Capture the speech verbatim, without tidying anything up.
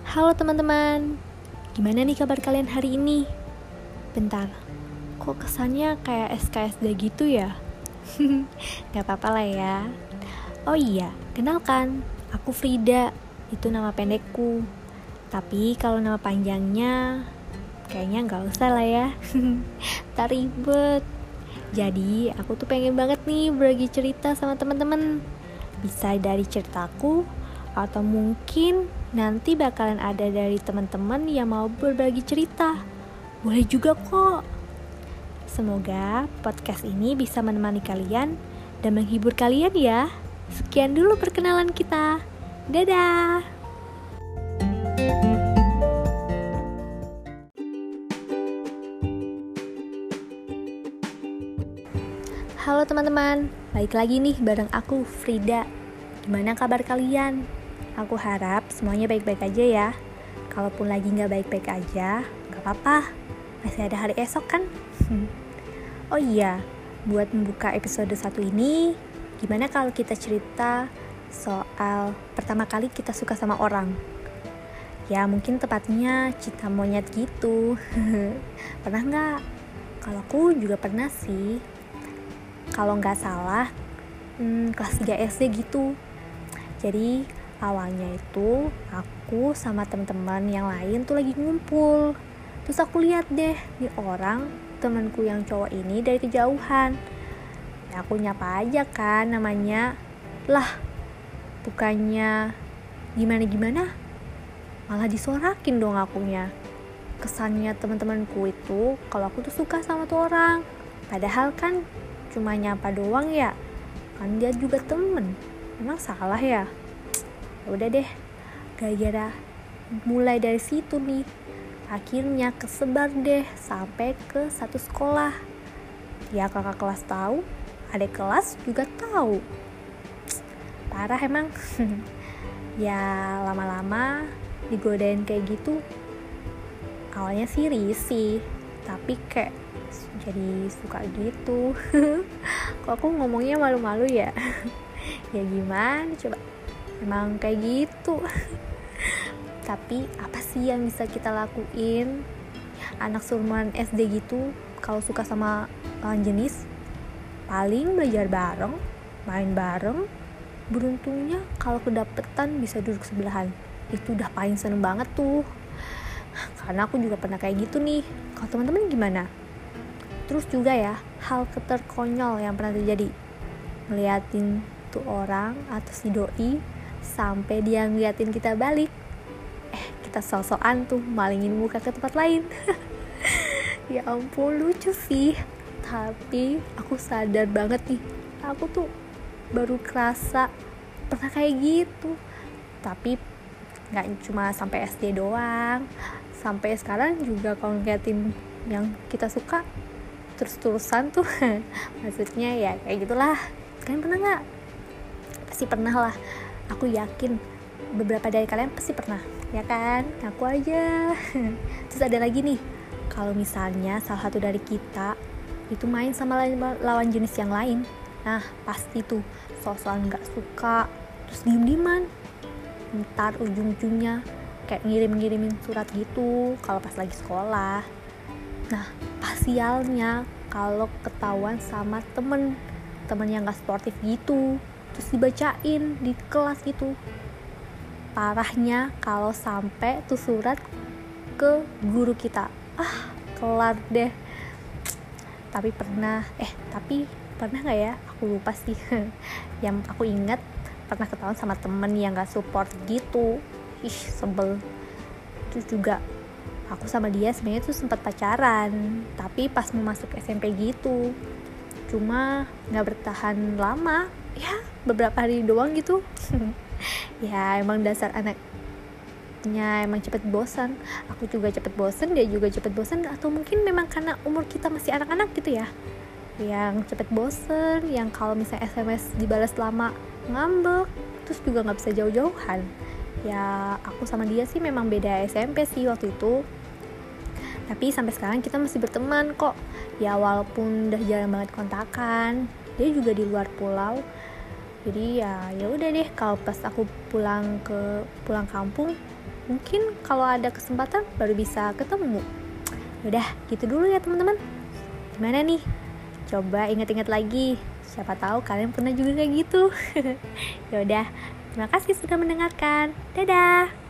Halo teman-teman, gimana nih kabar kalian hari ini? Bentar, kok kesannya kayak S K S D gitu ya? Gak apa-apa lah ya. Oh iya, kenalkan, aku Frida, itu nama pendekku. Tapi kalau nama panjangnya, kayaknya gak usah lah ya. Tak ribet. Jadi, aku tuh pengen banget nih berbagi cerita sama teman-teman. Bisa dari ceritaku, atau mungkin nanti bakalan ada dari teman-teman yang mau berbagi cerita. Boleh juga kok. Semoga podcast ini bisa menemani kalian dan menghibur kalian ya. Sekian dulu perkenalan kita. Dadah. Halo teman-teman, balik lagi nih bareng aku Frida. Gimana kabar kalian? Aku harap semuanya baik-baik aja ya. Kalaupun lagi gak baik-baik aja, gak apa-apa, masih ada hari esok kan? Oh iya, buat membuka episode satu ini, gimana kalau kita cerita soal pertama kali kita suka sama orang? Ya mungkin tepatnya cinta monyet gitu. Pernah gak? Kalau aku juga pernah sih. Kalau gak salah, hmm, kelas tiga S D gitu. Jadi awalnya itu aku sama teman-teman yang lain tuh lagi ngumpul. Terus aku lihat deh di orang temanku yang cowok ini dari kejauhan. Ya aku nyapa aja kan namanya. Lah, bukannya gimana-gimana, malah disorakin dong akunya. Kesannya teman-temanku itu kalau aku tuh suka sama tuh orang. Padahal kan cuma nyapa doang ya. Kan dia juga temen. Emang salah ya? Udah deh, gara-gara mulai dari situ nih, akhirnya kesebar deh sampai ke satu sekolah. Ya kakak kelas tahu, adik kelas juga tahu. Parah emang. Ya lama-lama digodain kayak gitu. Awalnya sih risih, tapi kayak jadi suka gitu. Kok aku ngomongnya malu-malu ya? Ya gimana coba, emang kayak gitu. Tapi apa sih yang bisa kita lakuin? Anak seumuran S D gitu kalau suka sama lawan jenis, paling belajar bareng, main bareng. Beruntungnya kalau kedapetan bisa duduk sebelahan. Itu udah paling seneng banget tuh. Karena aku juga pernah kayak gitu nih. Kalau teman-teman gimana? Terus juga ya, hal keterkonyol yang pernah terjadi, ngeliatin tuh orang atau si doi sampai dia ngeliatin kita balik, eh kita sok-sokan tuh malingin muka ke tempat lain. Ya ampun, lucu sih. Tapi aku sadar banget nih, aku tuh baru kerasa pernah kayak gitu. Tapi gak cuma sampai S D doang, sampai sekarang juga kalau ngeliatin yang kita suka terus-terusan tuh. Maksudnya ya kayak gitulah. Kalian pernah gak? Pasti pernah lah. Aku yakin beberapa dari kalian pasti pernah, ya kan? Aku aja. Terus ada lagi nih, kalau misalnya salah satu dari kita itu main sama lawan jenis yang lain, nah pasti tuh sok-sokan gak suka, terus diem-dieman. Ntar ujung-ujungnya kayak ngirim-ngirimin surat gitu kalau pas lagi sekolah. Nah pasialnya kalau ketahuan sama temen temen yang gak sportif gitu, terus dibacain di kelas gitu. Parahnya kalau sampai tuh surat ke guru kita, ah kelar deh. Tapi pernah eh tapi pernah nggak ya, aku lupa sih. Yang aku ingat pernah ketahuan sama temen yang gak support gitu. Ih sebel. Terus juga aku sama dia sebenarnya tuh sempat pacaran, tapi pas mau masuk S M P gitu. Cuma nggak bertahan lama, ya beberapa hari doang gitu. Ya emang dasar anaknya emang cepet bosan. Aku juga cepet bosan, dia juga cepet bosan. Atau mungkin memang karena umur kita masih anak-anak gitu ya, yang cepet bosan, yang kalau misalnya S M S dibalas lama ngambek, terus juga nggak bisa jauh-jauhan. Ya aku sama dia sih memang beda S M P sih waktu itu. Tapi sampai sekarang kita masih berteman kok. Ya walaupun udah jarang banget kontakan. Dia juga di luar pulau. Jadi ya ya udah deh, kalau pas aku pulang ke pulang kampung Mungkin kalau ada kesempatan baru bisa ketemu. Udah, gitu dulu ya teman-teman. Gimana nih? Coba ingat-ingat lagi. Siapa tahu kalian pernah juga kayak gitu. Ya udah, terima kasih sudah mendengarkan. Dadah.